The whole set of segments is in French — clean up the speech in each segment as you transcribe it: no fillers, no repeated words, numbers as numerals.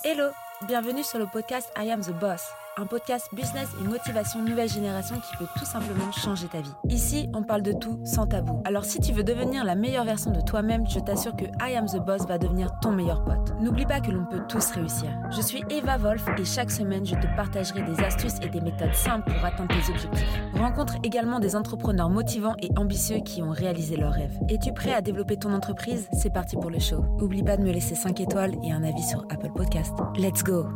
Hello, bienvenue sur le podcast I Am The Boss, un podcast business et motivation nouvelle génération qui peut tout simplement changer ta vie. Ici, on parle de tout sans tabou. Alors si tu veux devenir la meilleure version de toi-même, je t'assure que I Am The Boss va devenir ton meilleur pote. N'oublie pas que l'on peut tous réussir. Je suis Eva Wolf et chaque semaine, je te partagerai des astuces et des méthodes simples pour atteindre tes objectifs. Rencontre également des entrepreneurs motivants et ambitieux qui ont réalisé leurs rêves. Es-tu prêt à développer ton entreprise ? C'est parti pour le show. Oublie pas de me laisser 5 étoiles et un avis sur Apple Podcast. Let's go!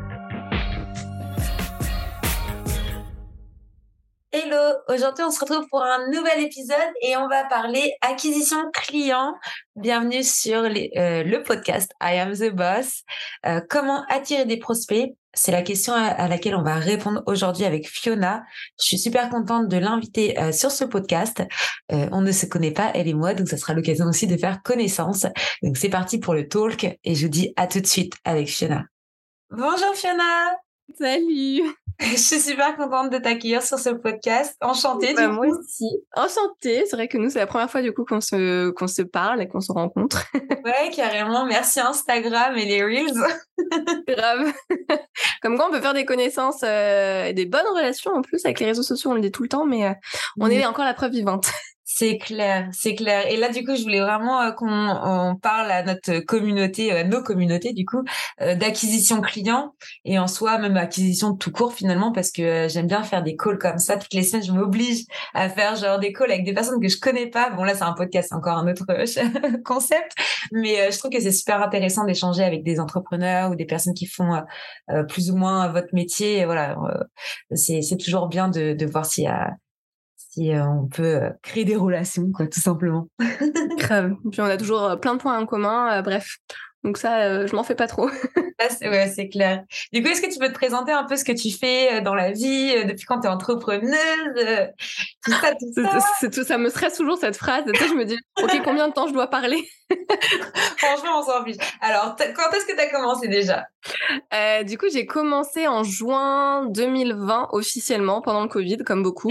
Hello, aujourd'hui on se retrouve pour un nouvel épisode et on va parler acquisition client. Bienvenue sur le podcast I Am The Boss. Comment attirer des prospects ? C'est la question à laquelle on va répondre aujourd'hui avec Fiona. Je suis super contente de l'inviter sur ce podcast. On ne se connaît pas, elle et moi, donc ça sera l'occasion aussi de faire connaissance. Donc c'est parti pour le talk et je vous dis à tout de suite avec Fiona. Bonjour Fiona. Salut. Je suis super contente de t'accueillir sur ce podcast. Enchantée du coup. Moi aussi. Enchantée. C'est vrai que nous, c'est la première fois du coup qu'on se parle et qu'on se rencontre. Ouais, carrément. Merci Instagram et les Reels. Grave. Comme quoi, on peut faire des connaissances et des bonnes relations en plus avec les réseaux sociaux. On le dit tout le temps, mais on est encore la preuve vivante. C'est clair, c'est clair. Et là, du coup, je voulais vraiment qu'on parle à notre communauté, à nos communautés, du coup, d'acquisition client et en soi, même acquisition tout court finalement, parce que j'aime bien faire des calls comme ça. Toutes les semaines, je m'oblige à faire genre des calls avec des personnes que je connais pas. Bon, là, c'est un podcast, c'est encore un autre concept, mais je trouve que c'est super intéressant d'échanger avec des entrepreneurs ou des personnes qui font plus ou moins votre métier. Et voilà, c'est toujours bien de voir s'il y a on peut créer des relations, quoi, tout simplement. Grave. Puis on a toujours plein de points en commun, bref. Donc ça, je m'en fais pas trop. Ouais, c'est clair. Du coup, est-ce que tu peux te présenter un peu ce que tu fais dans la vie, depuis quand tu es entrepreneuse, tout ça. Ça me stresse toujours cette phrase. Tu sais, je me dis, ok, combien de temps je dois parler ? Franchement, on s'en fiche. Alors, quand est-ce que tu as commencé déjà ? Du coup, j'ai commencé en juin 2020 officiellement pendant le Covid, comme beaucoup.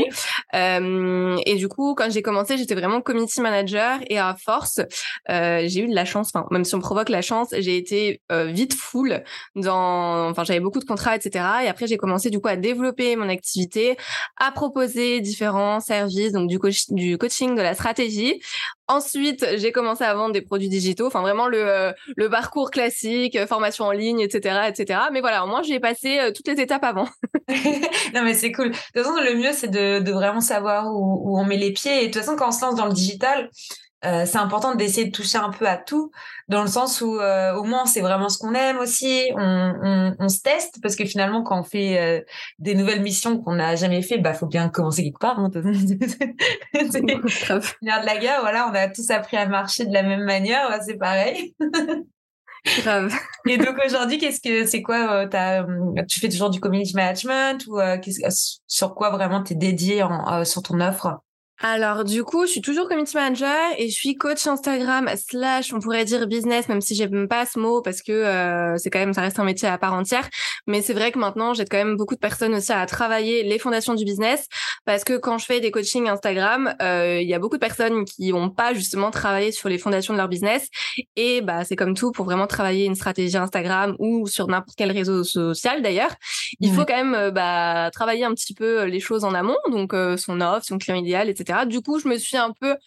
Et du coup, quand j'ai commencé, j'étais vraiment community manager et à force, j'ai eu de la chance. Enfin, même si on provoque la chance, j'ai été vite full enfin, j'avais beaucoup de contrats, etc. Et après, j'ai commencé du coup à développer mon activité, à proposer différents services, donc du coaching, de la stratégie. Ensuite, j'ai commencé à vendre des produits digitaux, enfin vraiment le parcours classique, formation en ligne, etc., etc. Mais voilà, au moins j'ai passé toutes les étapes avant. Non mais c'est cool. De toute façon, le mieux c'est de vraiment savoir où on met les pieds. Et de toute façon, quand on se lance dans le digital, c'est important d'essayer de toucher un peu à tout, dans le sens où au moins c'est vraiment ce qu'on aime aussi. On se teste parce que finalement quand on fait des nouvelles missions qu'on n'a jamais fait, bah faut bien commencer quelque part. Hein. C'est l'air de la guerre. Voilà, on a tous appris à marcher de la même manière. Ouais, c'est pareil. Grave. Et donc aujourd'hui, c'est quoi tu fais toujours du community management ou sur quoi vraiment t'es dédié sur ton offre? Alors du coup, je suis toujours community manager et je suis coach Instagram / on pourrait dire business, même si j'aime pas ce mot parce que ça reste un métier à part entière. Mais c'est vrai que maintenant, j'aide quand même beaucoup de personnes aussi à travailler les fondations du business parce que quand je fais des coachings Instagram, il y a beaucoup de personnes qui ont pas justement travaillé sur les fondations de leur business et bah c'est comme tout pour vraiment travailler une stratégie Instagram ou sur n'importe quel réseau social d'ailleurs. Il faut quand même travailler un petit peu les choses en amont, donc son offre, son client idéal, etc. Du coup, je me suis un peu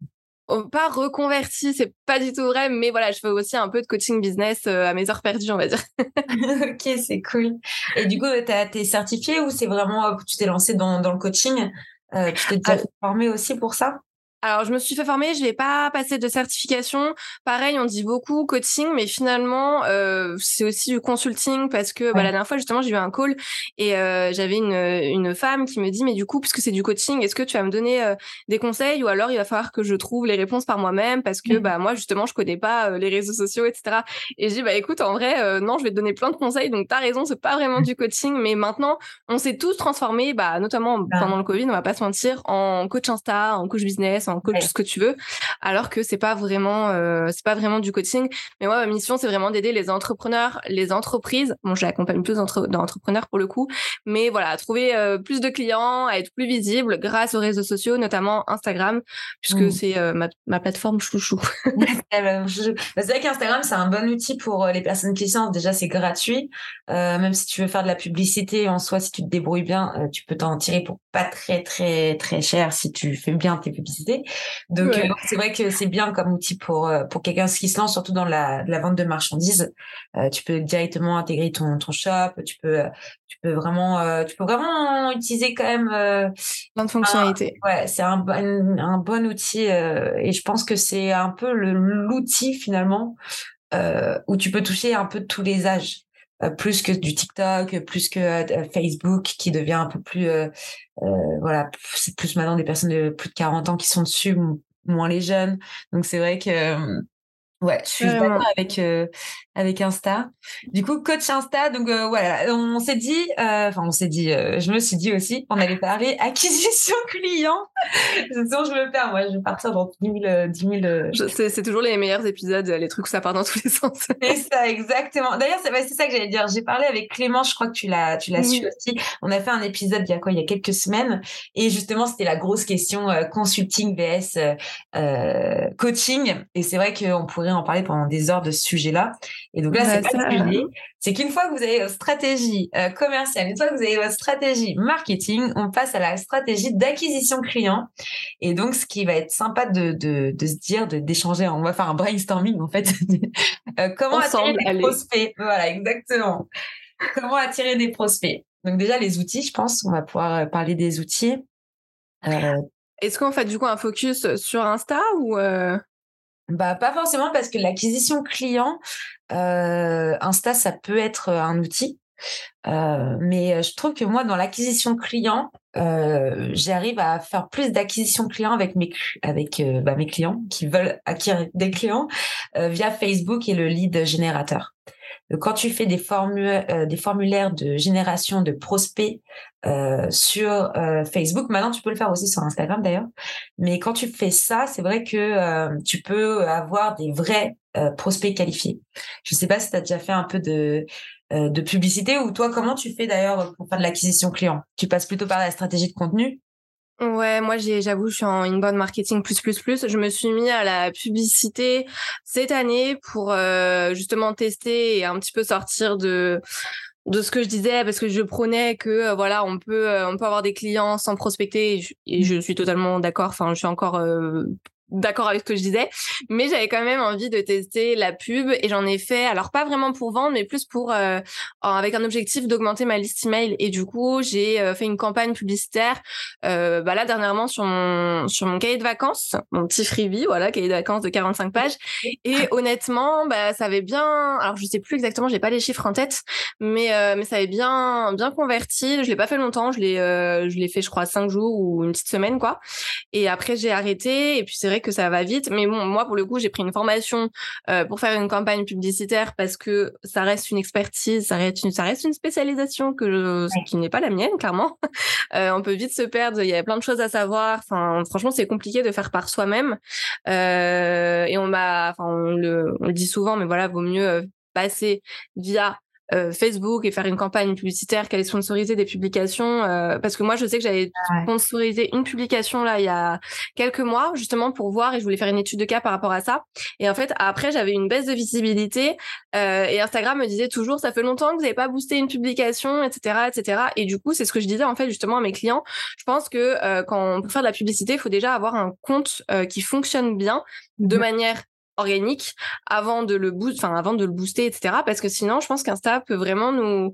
pas reconvertie, c'est pas du tout vrai, mais voilà, je fais aussi un peu de coaching business à mes heures perdues, on va dire. Ok, c'est cool. Et du coup, t'es certifiée ou c'est vraiment tu t'es lancée dans le coaching tu t'es déjà formée aussi pour ça? Alors, je me suis fait former, je vais pas passer de certification. Pareil, on dit beaucoup coaching, mais finalement, c'est aussi du consulting parce que la dernière fois, justement, j'ai eu un call et j'avais une femme qui me dit, mais du coup, puisque c'est du coaching, est-ce que tu vas me donner des conseils ou alors il va falloir que je trouve les réponses par moi-même parce que moi, justement, je connais pas les réseaux sociaux, etc. Et je dis, écoute, en vrai, non, je vais te donner plein de conseils, donc t'as raison, c'est pas vraiment du coaching, mais maintenant, on s'est tous transformés, notamment pendant le Covid, on va pas se mentir, en coach Insta, en coach business, coach, tout ce que tu veux, alors que c'est pas vraiment du coaching. Mais moi, ma mission, c'est vraiment d'aider les entrepreneurs, les entreprises. Bon, j'accompagne plus d'entrepreneurs pour le coup, mais voilà, à trouver plus de clients, à être plus visible grâce aux réseaux sociaux, notamment Instagram, puisque c'est ma plateforme chouchou. C'est vrai qu'Instagram, c'est un bon outil pour les personnes qui se lancent. Déjà, c'est gratuit. Même si tu veux faire de la publicité, en soi, si tu te débrouilles bien, tu peux t'en tirer pour pas très, très, très cher si tu fais bien tes publicités. Donc, c'est vrai que c'est bien comme outil pour quelqu'un qui se lance, surtout dans la vente de marchandises. Tu peux directement intégrer ton shop. Tu peux vraiment utiliser quand même plein de fonctionnalités. Ouais, c'est un bon outil et je pense que c'est un peu l'outil finalement où tu peux toucher un peu de tous les âges, plus que du TikTok, plus que Facebook qui devient un peu plus voilà, c'est plus maintenant des personnes de plus de 40 ans qui sont dessus, moins les jeunes. Donc c'est vrai que ouais, je suis d'accord avec Insta. Du coup, coach Insta, donc voilà, on s'est dit, je me suis dit aussi, on allait parler acquisition client. Sinon, je me perds, moi, je vais partir dans 10 000. C'est toujours les meilleurs épisodes, les trucs où ça part dans tous les sens. C'est ça, exactement. D'ailleurs, c'est ça que j'allais dire. J'ai parlé avec Clément, je crois que tu l'as su aussi. On a fait un épisode il y a quelques semaines. Et justement, c'était la grosse question consulting vs coaching. Et c'est vrai qu'on pourrait en parler pendant des heures de ce sujet-là. Et donc là, c'est pas le sujet. C'est qu'une fois que vous avez votre stratégie commerciale, une fois que vous avez votre stratégie marketing, on passe à la stratégie d'acquisition client. Et donc, ce qui va être sympa de se dire, d'échanger, on va faire un brainstorming en fait. Comment attirer des prospects? Voilà, exactement. Comment attirer des prospects? Donc déjà, les outils, je pense, on va pouvoir parler des outils. Est-ce qu'on fait du coup un focus sur Insta ou Bah, pas forcément parce que l'acquisition client, Insta, ça peut être un outil. Mais je trouve que moi, dans l'acquisition client, j'arrive à faire plus d'acquisition client avec mes clients qui veulent acquérir des clients via Facebook et le lead générateur. Quand tu fais des formulaires de génération de prospects sur Facebook, maintenant tu peux le faire aussi sur Instagram d'ailleurs, mais quand tu fais ça, c'est vrai que tu peux avoir des vrais prospects qualifiés. Je sais pas si tu as déjà fait un peu de publicité ou toi, comment tu fais d'ailleurs pour faire de l'acquisition client? Tu passes plutôt par la stratégie de contenu? Ouais, moi j'avoue, je suis en inbound marketing plus. Je me suis mis à la publicité cette année pour justement tester et un petit peu sortir de ce que je disais, parce que je prônais que voilà, on peut avoir des clients sans prospecter, et je suis totalement d'accord. Enfin, je suis encore d'accord avec ce que je disais, mais j'avais quand même envie de tester la pub, et j'en ai fait, alors pas vraiment pour vendre, mais plus pour avec un objectif d'augmenter ma liste email. Et du coup, j'ai fait une campagne publicitaire là dernièrement sur mon cahier de vacances, mon petit freebie, voilà, cahier de vacances de 45 pages. Et honnêtement, ça avait bien, alors je sais plus exactement, j'ai pas les chiffres en tête, mais ça avait bien converti. Je l'ai pas fait longtemps, je l'ai fait, je crois, 5 jours ou une petite semaine, quoi. Et après j'ai arrêté, et puis c'est vrai que ça va vite. Mais bon, moi pour le coup, j'ai pris une formation pour faire une campagne publicitaire, parce que ça reste une expertise, ça reste une spécialisation qui n'est pas la mienne, clairement. On peut vite se perdre, il y a plein de choses à savoir. Enfin, franchement, c'est compliqué de faire par soi-même. Et on le dit souvent, mais voilà, vaut mieux passer via Facebook et faire une campagne publicitaire qu'aller sponsoriser des publications, parce que moi je sais que j'avais sponsorisé une publication là il y a quelques mois, justement pour voir, et je voulais faire une étude de cas par rapport à ça. Et en fait après j'avais une baisse de visibilité et Instagram me disait toujours ça fait longtemps que vous n'avez pas boosté une publication, etc. Et du coup c'est ce que je disais en fait justement à mes clients. Je pense que quand pour faire de la publicité il faut déjà avoir un compte qui fonctionne bien de manière organique avant de le booster, etc. Parce que sinon, je pense qu'Insta peut vraiment nous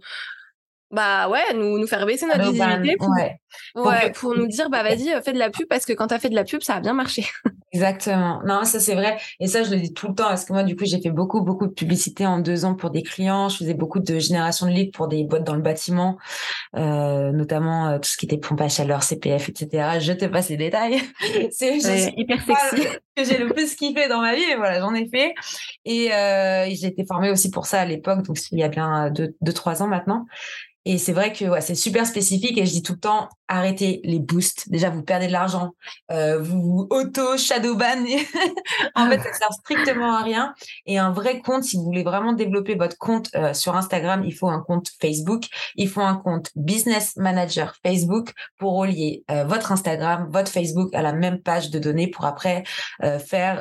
faire baisser notre visibilité pour nous dire, vas-y, fais de la pub, parce que quand t'as fait de la pub, ça a bien marché. Exactement. Non, ça c'est vrai. Et ça, je le dis tout le temps parce que moi, du coup, j'ai fait beaucoup, beaucoup de publicité en 2 ans pour des clients. Je faisais beaucoup de génération de leads pour des boîtes dans le bâtiment, notamment tout ce qui était pompe à chaleur, CPF, etc. Je te passe les détails. C'est Hyper pas sexy. que j'ai le plus kiffé dans ma vie, mais voilà, j'en ai fait. Et j'ai été formée aussi pour ça à l'époque, donc il y a bien 3 ans maintenant. Et c'est vrai que ouais, c'est super spécifique et je dis tout le temps, arrêtez les boosts. Déjà, vous perdez de l'argent, vous auto-shadowban. En fait, ça sert strictement à rien. Et un vrai compte, si vous voulez vraiment développer votre compte sur Instagram, il faut un compte Facebook, il faut un compte Business Manager Facebook pour relier votre Instagram, votre Facebook à la même page de données pour après faire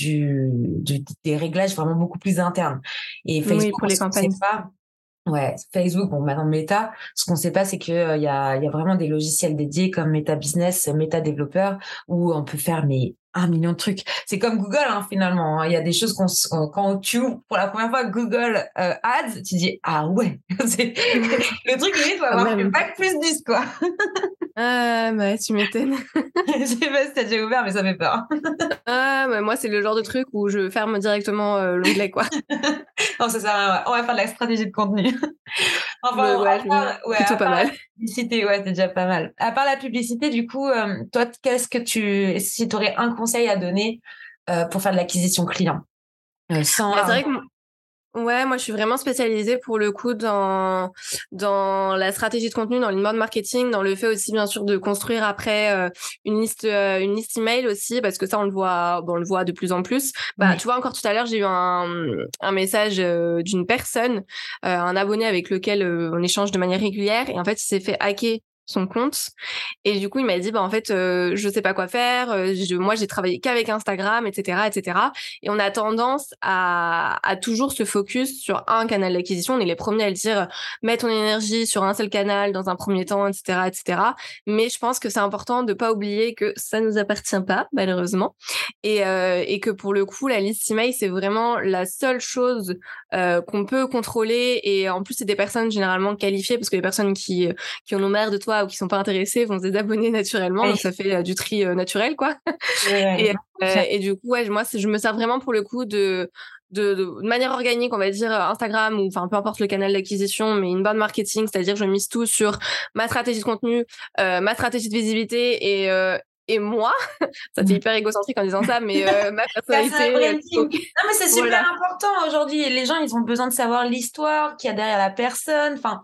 des réglages vraiment beaucoup plus internes. Et Oui, Facebook, pour les on ne sait campagnes. pas. Ouais, Facebook, bon, maintenant Meta, ce qu'on sait pas, c'est que il y a vraiment des logiciels dédiés comme Meta Business, Meta Développeur, où on peut faire mais 1 million de trucs. C'est comme Google, hein, finalement. Il y a des choses quand tu ouvres pour la première fois Google Ads, tu dis ah ouais, le truc limite faut Quand avoir fait même. bac plus 10 quoi. Ah, bah, tu m'étonnes. Je sais pas si t'as déjà ouvert, mais ça fait peur. Ah, bah, moi, c'est le genre de truc où je ferme directement l'onglet, quoi. Non, ça sert à rien. Ouais. On va faire de la stratégie de contenu. Enfin, Ouais, à plutôt pas part la mal. publicité, ouais, c'est déjà pas mal. À part la publicité, du coup, toi, si tu aurais un conseil à donner pour faire de l'acquisition client, sans Bah, c'est vrai argent. que ouais, moi je suis vraiment spécialisée pour le coup dans la stratégie de contenu, dans l'inbound marketing, dans le fait aussi bien sûr de construire après une liste email aussi parce que ça on le voit de plus en plus. Bah Ouais. tu vois encore tout à l'heure j'ai eu un message d'une personne, un abonné avec lequel on échange de manière régulière et en fait il s'est fait hacker son compte et du coup il m'a dit bah en fait je sais pas quoi faire, moi j'ai travaillé qu'avec Instagram, etc. Et on a tendance à toujours se focus sur un canal d'acquisition. On est les premiers à le dire, mets ton énergie sur un seul canal dans un premier temps, etc. Mais je pense que c'est important de pas oublier que ça nous appartient pas, malheureusement. Et que pour le coup, la liste email, c'est vraiment la seule chose qu'on peut contrôler. Et en plus, c'est des personnes généralement qualifiées parce que les personnes qui en ont marre de toi ou qui sont pas intéressées vont se désabonner naturellement. Donc Ouais. ça fait du tri naturel, quoi. Ouais. Et du coup, ouais, moi, je me sers vraiment pour le coup de manière organique, on va dire Instagram ou enfin peu importe le canal d'acquisition, mais une bonne marketing, c'est-à-dire je mise tout sur ma stratégie de contenu, ma stratégie de visibilité et moi, ça fait hyper égocentrique en disant ça, mais ma Personal personnalité. branding. Non, mais c'est super Voilà. important aujourd'hui. Les gens, ils ont besoin de savoir l'histoire qu'il y a derrière la personne. Enfin,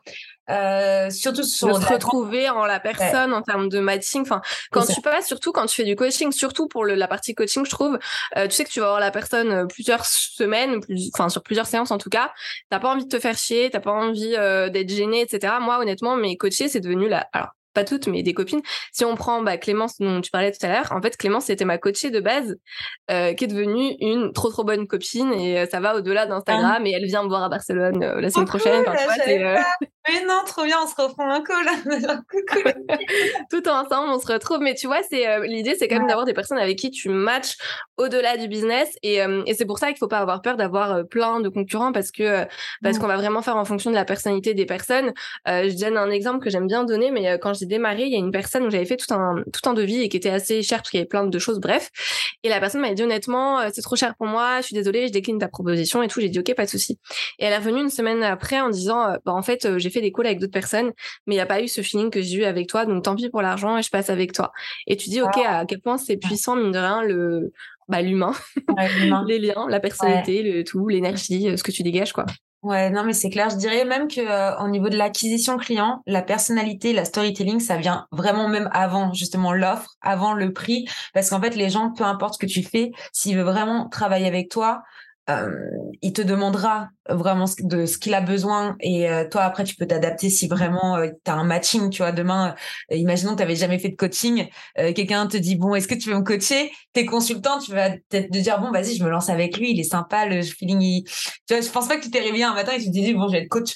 surtout De sur de se la retrouver en la ouais, personne en termes de matching. Enfin, c'est quand ça. tu passes, surtout quand tu fais du coaching, surtout pour la partie coaching, je trouve, tu sais que tu vas voir la personne plusieurs semaines, enfin sur plusieurs séances en tout cas. T'as pas envie de te faire chier, t'as pas envie d'être gêné, etc. Moi, honnêtement, mes coachés, c'est devenu alors pas toutes, mais des copines. Si on prend Clémence dont tu parlais tout à l'heure, en fait Clémence c'était ma coachée de base, qui est devenue une trop bonne copine et ça va au-delà Hein. d'Instagram et elle vient me voir à Barcelone la Trop semaine cool, prochaine. Enfin, tu je vois, savais pas. Mais non, trop bien, on se reprend un call. Coucou. tout ensemble, on se retrouve. Mais tu vois, l'idée, c'est quand même d'avoir des personnes avec qui tu matches au-delà du business. Et c'est pour ça qu'il faut pas avoir peur d'avoir plein de concurrents parce qu'on va vraiment faire en fonction de la personnalité des personnes. Je donne un exemple que j'aime bien donner, mais quand j'ai démarré, il y a une personne où j'avais fait tout un devis et qui était assez cher parce qu'il y avait plein de choses, bref. Et la personne m'a dit honnêtement, c'est trop cher pour moi, je suis désolée, je décline ta proposition et tout. J'ai dit ok, pas de souci. Et elle est revenue une semaine après en disant, en fait, j'ai fait des calls avec d'autres personnes, mais il n'y a pas eu ce feeling que j'ai eu avec toi, donc tant pis pour l'argent et je passe avec toi. Et tu dis, ok, à quel point c'est puissant, mine de rien, l'humain, Ouais, l'humain. les liens, la Ouais. personnalité, le tout, l'énergie, ce que tu dégages, quoi. Ouais, non, mais c'est clair. Je dirais même que au niveau de l'acquisition client, la personnalité, la storytelling, ça vient vraiment même avant justement l'offre, avant le prix, parce qu'en fait, les gens, peu importe ce que tu fais, s'il veut vraiment travailler avec toi, euh, il te demandera vraiment de ce qu'il a besoin et toi après tu peux t'adapter si vraiment tu as un matching, tu vois. Demain, imaginons que tu n'avais jamais fait de coaching, quelqu'un te dit bon, est-ce que tu veux me coacher? T'es consultant, tu vas peut-être te dire bon, vas-y, je me lance avec lui, il est sympa, le feeling tu vois, je pense pas que tu t'es réveillé un matin et tu t'es dit bon, je vais être coach.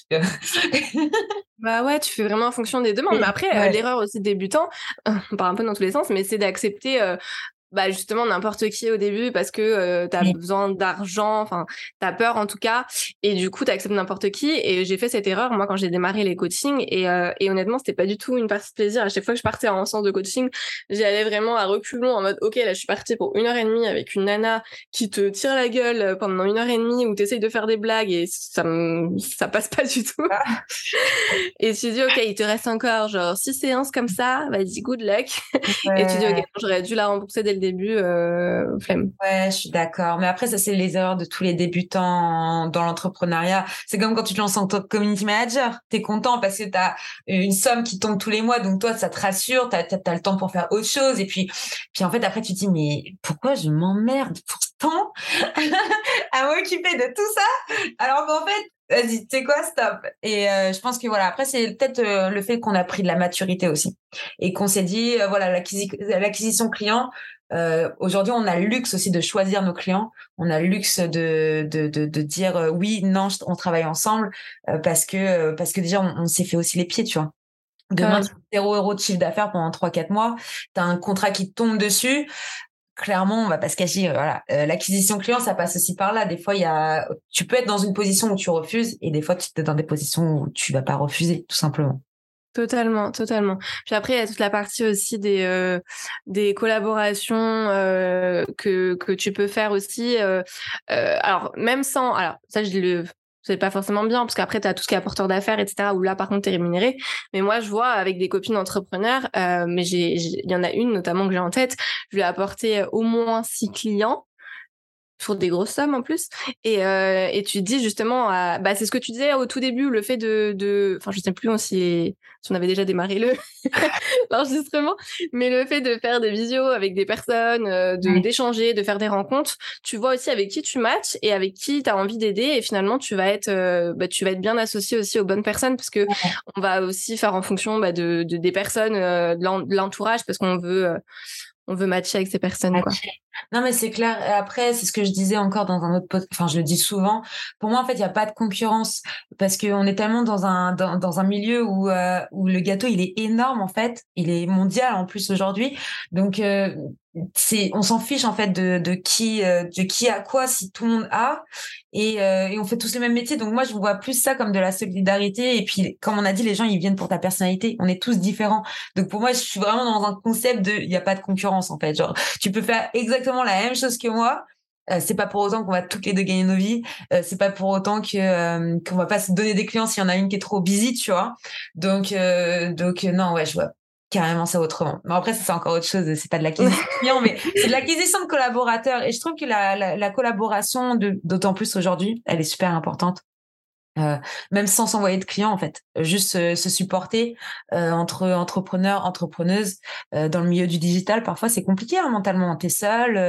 Bah ouais, tu fais vraiment en fonction des demandes. Mais après, Ouais. l'erreur aussi de débutant, on part un peu dans tous les sens, mais c'est d'accepter bah justement n'importe qui au début parce que t'as Oui. besoin d'argent, enfin t'as peur en tout cas, et du coup t'acceptes n'importe qui. Et j'ai fait cette erreur moi quand j'ai démarré les coachings, et honnêtement c'était pas du tout une partie de plaisir. À chaque fois que je partais en séance de coaching, j'y allais vraiment à reculons en mode ok, là je suis partie pour 1 heure et demie avec une nana qui te tire la gueule pendant 1 heure et demie, où t'essayes de faire des blagues et ça passe pas du tout. Ah, Et tu dis ok, il te reste encore genre 6 séances comme ça, vas-y, good luck. Et tu dis ok, ouais. j'aurais dû la rembourser dès le début, flemme. Ouais, je suis d'accord. Mais après, ça, c'est les erreurs de tous les débutants dans l'entrepreneuriat. C'est comme quand tu te lances en tant que community manager. T'es content parce que t'as une somme qui tombe tous les mois. Donc, toi, ça te rassure. T'as le temps pour faire autre chose. Et puis, en fait, après, tu te dis, mais pourquoi je m'emmerde pourtant à m'occuper de tout ça? Alors qu'en fait, vas-y, tu sais quoi, stop. Et je pense que voilà, après, c'est peut-être le fait qu'on a pris de la maturité aussi. Et qu'on s'est dit, voilà, l'acquisition client, aujourd'hui, on a le luxe aussi de choisir nos clients. On a le luxe de dire oui, non, on travaille ensemble parce que déjà on s'est fait aussi les pieds, tu vois. Demain, tu Carrément. fais 0 € de chiffre d'affaires pendant 3-4 mois, tu as un contrat qui te tombe dessus. Clairement, on va pas se cacher. Voilà, l'acquisition client, ça passe aussi par là. Des fois, tu peux être dans une position où tu refuses, et des fois, tu es dans des positions où tu vas pas refuser, tout simplement. Totalement, totalement. Puis après, il y a toute la partie aussi des collaborations que tu peux faire aussi. Alors, même sans... Alors, ça, c'est pas forcément bien, parce qu'après, tu as tout ce qui est apporteur d'affaires, etc., où là, par contre, tu es rémunéré. Mais moi, je vois avec des copines entrepreneurs, mais il y en a une notamment que j'ai en tête, je lui ai apporté au moins 6 clients, pour des grosses sommes en plus, et tu te dis justement bah c'est ce que tu disais au tout début, le fait enfin je sais plus si on avait déjà démarré l'enregistrement, mais le fait de faire des visios avec des personnes, Ouais. d'échanger, de faire des rencontres, tu vois aussi avec qui tu matches et avec qui tu as envie d'aider, et finalement tu vas être bien associé aussi aux bonnes personnes, parce que on va aussi faire en fonction des personnes, de l'entourage, parce on veut matcher avec ces personnes, quoi. Matcher. Non, mais c'est clair. Après, c'est ce que je disais encore dans un autre enfin, je le dis souvent. Pour moi, en fait, il y a pas de concurrence parce qu'on est tellement dans un milieu où le gâteau, il est énorme, en fait. Il est mondial, en plus, aujourd'hui. Donc, on s'en fiche, en fait, de qui a quoi, si tout le monde a. Et on fait tous les mêmes métiers. Donc, moi, je vois plus ça comme de la solidarité. Et puis, comme on a dit, les gens, ils viennent pour ta personnalité. On est tous différents. Donc, pour moi, je suis vraiment dans un concept il y a pas de concurrence, en fait. Genre, tu peux faire exactement la même chose que moi. C'est pas pour autant qu'on va toutes les deux gagner nos vies. C'est pas pour autant qu'on va pas se donner des clients s'il y en a une qui est trop busy, tu vois. Donc non, ouais, je vois carrément ça autrement. Mais après, ça, c'est encore autre chose. C'est pas de l'acquisition de clients, mais c'est de l'acquisition de collaborateurs. Et je trouve que la collaboration, d'autant plus aujourd'hui, elle est super importante. Euh, Même sans s'envoyer de clients, en fait, juste se supporter entre entrepreneurs, entrepreneuses dans le milieu du digital. Parfois, c'est compliqué, hein, mentalement. T'es seul,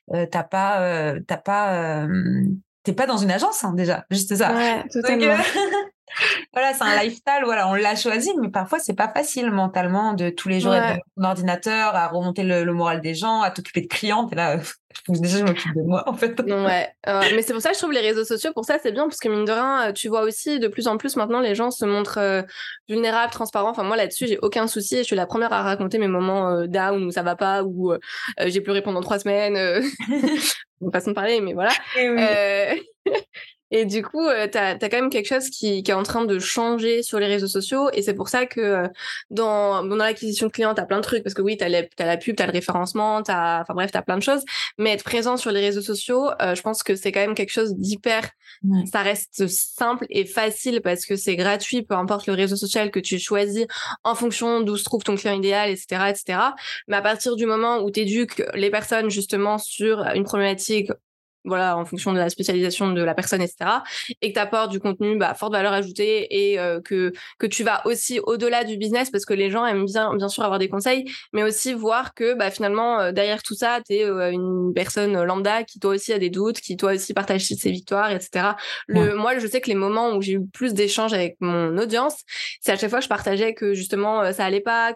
t'es pas dans une agence, hein, déjà, juste ça. Ouais, Donc totalement. voilà, c'est un lifestyle, voilà, on l'a choisi, mais parfois c'est pas facile mentalement de tous les jours être devant Ouais, ton ordinateur, à remonter le moral des gens, à t'occuper de clients. T'es là, faut que déjà je m'occupe de moi, en fait. ouais. Mais c'est pour ça que je trouve les réseaux sociaux, pour ça c'est bien, parce que mine de rien, tu vois aussi de plus en plus maintenant les gens se montrent vulnérables, transparents. Enfin moi là-dessus j'ai aucun souci, et je suis la première à raconter mes moments down où ça va pas, où j'ai pleuré pendant 3 semaines. Une façon de parler, mais voilà. Et oui. Euh, Et du coup, t'as quand même quelque chose qui est en train de changer sur les réseaux sociaux, et c'est pour ça que dans l'acquisition de clients, t'as plein de trucs, parce que oui, t'as la pub, t'as le référencement, enfin bref, t'as plein de choses, mais être présent sur les réseaux sociaux, je pense que c'est quand même quelque chose d'hyper... Ouais. Ça reste simple et facile parce que c'est gratuit, peu importe le réseau social que tu choisis en fonction d'où se trouve ton client idéal, etc., etc. Mais à partir du moment où t'éduques les personnes justement sur une problématique, voilà, en fonction de la spécialisation de la personne, etc., et que tu apportes du contenu forte valeur ajoutée, et que tu vas aussi au-delà du business, parce que les gens aiment bien sûr avoir des conseils, mais aussi voir que finalement derrière tout ça, tu es une personne lambda qui toi aussi a des doutes, qui toi aussi partage ses victoires, etc. Ouais. Moi, je sais que les moments où j'ai eu plus d'échanges avec mon audience, c'est à chaque fois que je partageais que justement ça allait pas,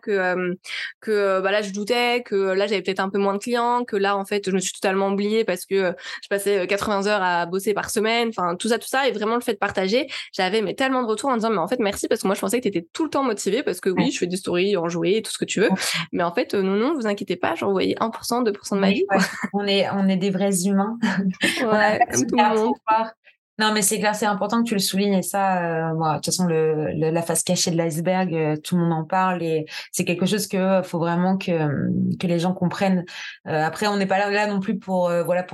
que là je doutais, que là j'avais peut-être un peu moins de clients, que là en fait je me suis totalement oubliée parce que je sais passais 80 heures à bosser par semaine, enfin tout ça, et vraiment le fait de partager, j'avais mais tellement de retours en disant mais en fait merci parce que moi je pensais que t'étais tout le temps motivée parce que oui, je fais des stories, enjouées, tout ce que tu veux, mais en fait non, vous inquiétez pas, j'en voyais 1%, 2% de ma vie. Ouais. On est des vrais humains. On n'a Ouais, pas de comme tout super le monde. pouvoir. Non, mais c'est clair, c'est important que tu le soulignes et ça, moi, de toute façon, la face cachée de l'iceberg, tout le monde en parle et c'est quelque chose que faut vraiment que les gens comprennent. Après, on n'est pas là non plus pour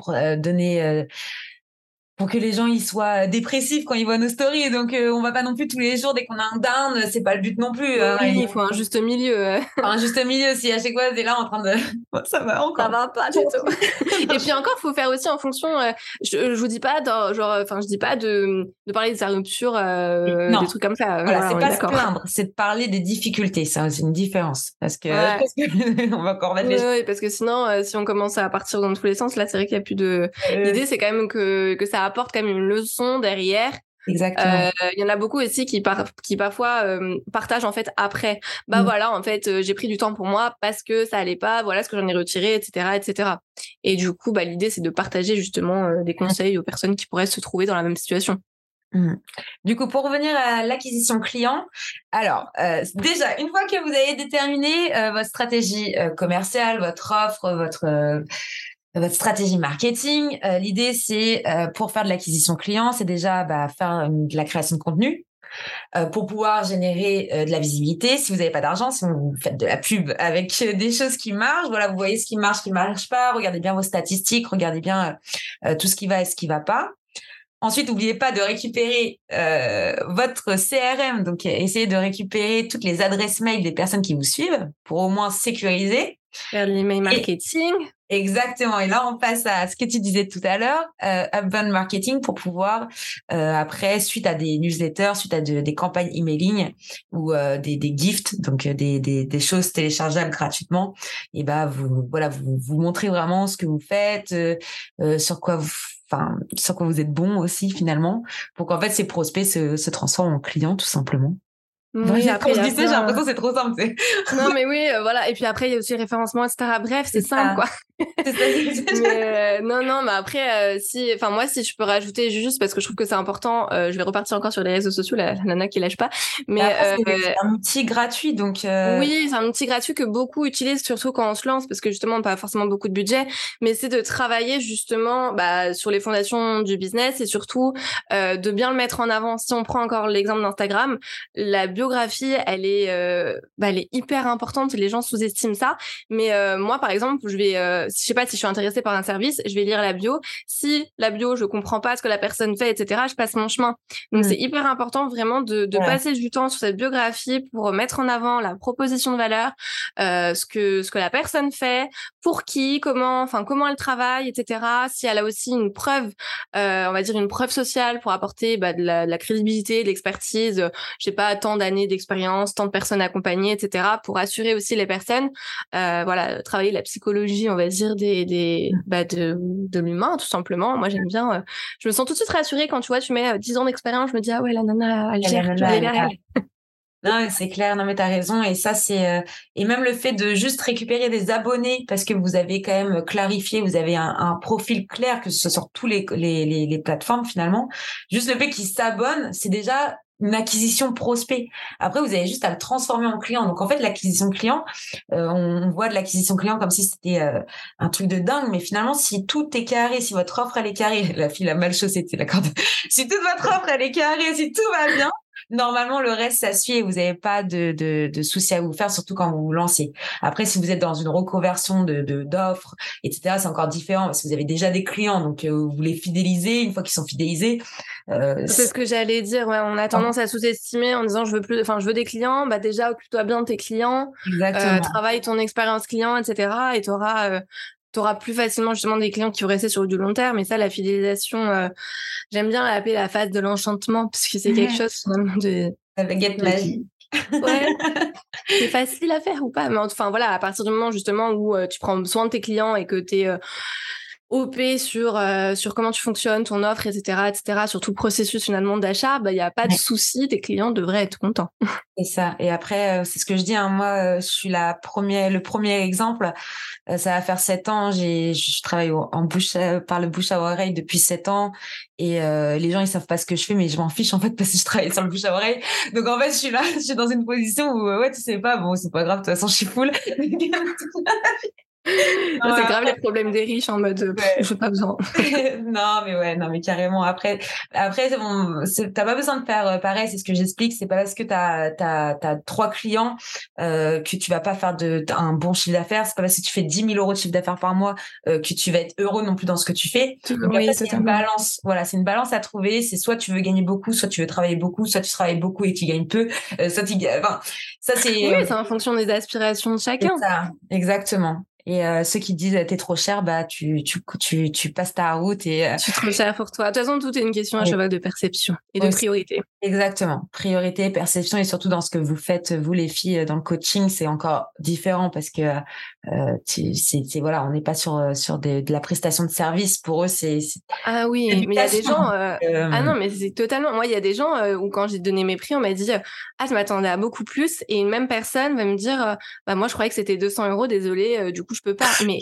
donner pour que les gens ils soient dépressifs quand ils voient nos stories. Donc on va pas non plus tous les jours dès qu'on a un down, c'est pas le but non plus. Hein. Oui, il faut un juste milieu. Un juste milieu, si à chaque fois t'es là en train de ça va encore. Ça va pas du tout. Et puis encore, faut faire aussi en fonction. Je vous dis pas, je dis pas de parler de sa rupture, des trucs comme ça. Voilà, c'est on est pas se d'accord. plaindre, c'est de parler des difficultés. Ça, c'est une différence parce que on va encore mettre les. Oui, parce que sinon, si on commence à partir dans tous les sens, là, c'est vrai qu'il y a plus de. L'idée, c'est quand même que ça apporte quand même une leçon derrière. Exactement. Il y en a beaucoup aussi qui parfois partagent en fait après. Voilà, en fait, j'ai pris du temps pour moi parce que ça allait pas. Voilà ce que j'en ai retiré, etc., etc. Et du coup, l'idée c'est de partager justement des conseils aux personnes qui pourraient se trouver dans la même situation. Du coup, pour revenir à l'acquisition client, alors déjà, une fois que vous avez déterminé votre stratégie commerciale, votre offre, votre stratégie marketing, l'idée c'est pour faire de l'acquisition client, c'est déjà faire de la création de contenu. Pour pouvoir générer de la visibilité. Si vous n'avez pas d'argent, si vous faites de la pub avec des choses qui marchent, voilà, vous voyez ce qui marche pas, regardez bien vos statistiques, regardez bien tout ce qui va et ce qui va pas. Ensuite, n'oubliez pas de récupérer votre CRM, donc essayez de récupérer toutes les adresses mail des personnes qui vous suivent pour au moins sécuriser. Faire de l'email marketing. Exactement. Et là, on passe à ce que tu disais tout à l'heure, outbound marketing pour pouvoir, après, suite à des newsletters, suite à des campagnes emailing ou des gifts, donc des choses téléchargeables gratuitement, et vous montrez vraiment ce que vous faites, sur quoi vous êtes bon aussi finalement, pour qu'en fait ces prospects se transforment en clients tout simplement. Oui, après, quand je dis ça, j'ai l'impression que c'est trop simple. Non, mais oui, voilà. Et puis après, il y a aussi le référencement, etc. Bref, c'est simple, quoi. C'est ça. Mais non, mais après, moi, si je peux rajouter juste parce que je trouve que c'est important, je vais repartir encore sur les réseaux sociaux, la nana qui lâche pas. Mais après, c'est un outil gratuit, donc. Oui, c'est un outil gratuit que beaucoup utilisent, surtout quand on se lance, parce que justement, on n'a pas forcément beaucoup de budget. Mais c'est de travailler justement sur les fondations du business et surtout de bien le mettre en avant. Si on prend encore l'exemple d'Instagram, la biographie, elle est hyper importante. Les gens sous-estiment ça. Mais moi, par exemple, je sais pas si je suis intéressée par un service, je vais lire la bio. Si la bio, je comprends pas ce que la personne fait, etc., je passe mon chemin. Donc c'est hyper important vraiment de passer du temps sur cette biographie pour mettre en avant la proposition de valeur, ce que la personne fait, pour qui, comment elle travaille, etc. Si elle a aussi une preuve, on va dire une preuve sociale pour apporter de la crédibilité, de l'expertise, je sais pas, tant d'années d'expérience, tant de personnes accompagnées, etc. pour assurer aussi les personnes, travailler la psychologie, on va dire de l'humain tout simplement. Moi j'aime bien, je me sens tout de suite rassurée quand tu vois tu mets 10 ans d'expérience, je me dis ah ouais la nana elle gère, tu vas aller vers elle. Non, mais c'est clair, non mais t'as raison et ça c'est et même le fait de juste récupérer des abonnés parce que vous avez quand même clarifié, vous avez un profil clair que ce soit sur tous les plateformes finalement. Juste le fait qu'ils s'abonnent, c'est déjà une acquisition prospect. Après, vous avez juste à le transformer en client. Donc en fait, l'acquisition client, on voit de l'acquisition client comme si c'était un truc de dingue, mais finalement, si tout est carré, si votre offre elle est carrée, la fille a mal chaussée, t'es d'accord? Si toute votre offre elle est carrée, si tout va bien. Normalement, le reste, ça suit et vous n'avez pas de soucis à vous faire, surtout quand vous vous lancez. Après, si vous êtes dans une reconversion d'offres, etc., c'est encore différent parce que vous avez déjà des clients, donc vous les fidélisez. Une fois qu'ils sont fidélisés, c'est ce que j'allais dire. Ouais, on a tendance à sous-estimer en disant je veux des clients. Déjà, occupe-toi bien de tes clients, travaille ton expérience client, etc. Et t'auras plus facilement justement des clients qui vont rester sur du long terme. Et ça, la fidélisation, j'aime bien l'appeler la phase de l'enchantement parce que c'est quelque chose finalement la baguette magique. Ouais, c'est facile à faire ou pas. Mais enfin voilà, à partir du moment justement où tu prends soin de tes clients et que OP sur comment tu fonctionnes, ton offre, etc., sur tout le processus finalement d'achat, bah il y a pas de souci, tes clients devraient être contents. C'est ça. Et après, c'est ce que je dis, hein, moi, je suis le premier exemple. Ça va faire 7 ans. Je travaille en bouche, par le bouche à oreille depuis 7 ans. Et les gens, ils savent pas ce que je fais, mais je m'en fiche en fait parce que je travaille sur le bouche à oreille. Donc en fait, je suis là, je suis dans une position où ouais, tu sais pas, bon, c'est pas grave. De toute façon, je suis full. Non, c'est grave les problèmes des riches en mode j'ai pas besoin. non mais carrément. Après t'as pas besoin de faire pareil. C'est ce que j'explique. C'est pas parce que t'as 3 clients que tu vas pas faire un bon chiffre d'affaires. C'est pas parce que tu fais 10 000 euros de chiffre d'affaires par mois que tu vas être heureux non plus dans ce que tu fais. Donc Oui, après, c'est une balance. Voilà, c'est une balance à trouver. C'est soit tu veux gagner beaucoup, soit tu veux travailler beaucoup, soit tu travailles beaucoup et tu gagnes peu, soit enfin, ça c'est. Oui, c'est en fonction des aspirations de chacun. C'est ça, exactement. Et ceux qui disent t'es trop cher, bah tu passes ta route et tu es trop cher pour toi. De toute façon, tout est une question à chaque fois de perception et de priorité. Exactement, priorité, perception et surtout dans ce que vous faites vous les filles dans le coaching, c'est encore différent parce que c'est voilà, on n'est pas sur de la prestation de service pour eux, c'est ah oui, mais il y a des gens ah non, mais c'est totalement moi il y a des gens où quand j'ai donné mes prix, on m'a dit ah je m'attendais à beaucoup plus et une même personne va me dire bah moi je croyais que c'était 200 €, désolé, du coup je peux pas. Mais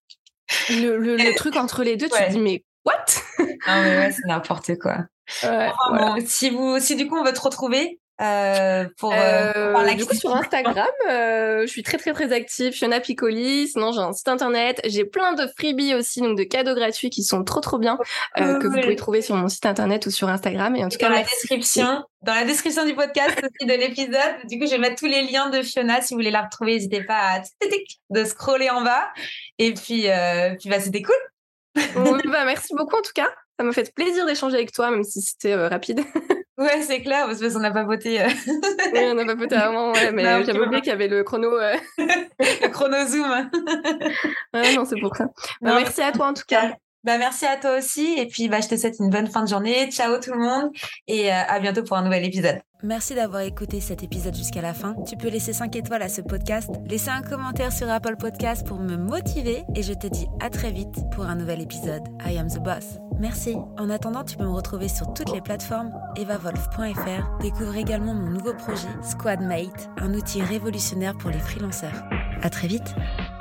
le truc entre les deux, tu te dis mais what? Non mais ouais, c'est n'importe quoi. Ouais, enfin, voilà. Bon, si du coup on veut te retrouver pour du coup sur Instagram, je suis très très très active, Fiona Piccoli. Sinon j'ai un site internet, j'ai plein de freebies aussi, donc de cadeaux gratuits qui sont trop bien que vous pouvez trouver sur mon site internet ou sur Instagram. Et en tout cas, dans la description du podcast aussi de l'épisode, du coup je vais mettre tous les liens de Fiona si vous voulez la retrouver. N'hésitez pas à de scroller en bas. Et puis bah c'était cool. Oui, bah merci beaucoup en tout cas. Ça m'a fait plaisir d'échanger avec toi, même si c'était rapide. Ouais, c'est clair, parce qu'on a papoté. Oui, on a papoté avant, ouais, mais j'avais oublié qu'il y avait le chrono. Le chrono zoom. Ouais, non, c'est pour ça. Bah, merci à toi en tout cas. Bah, merci à toi aussi. Et puis, je te souhaite une bonne fin de journée. Ciao tout le monde. Et à bientôt pour un nouvel épisode. Merci d'avoir écouté cet épisode jusqu'à la fin. Tu peux laisser 5 étoiles à ce podcast, laisser un commentaire sur Apple Podcast pour me motiver et je te dis à très vite pour un nouvel épisode. I am the boss. Merci. En attendant, tu peux me retrouver sur toutes les plateformes evavolf.fr. Découvre également mon nouveau projet Squadmate, un outil révolutionnaire pour les freelanceurs. À très vite.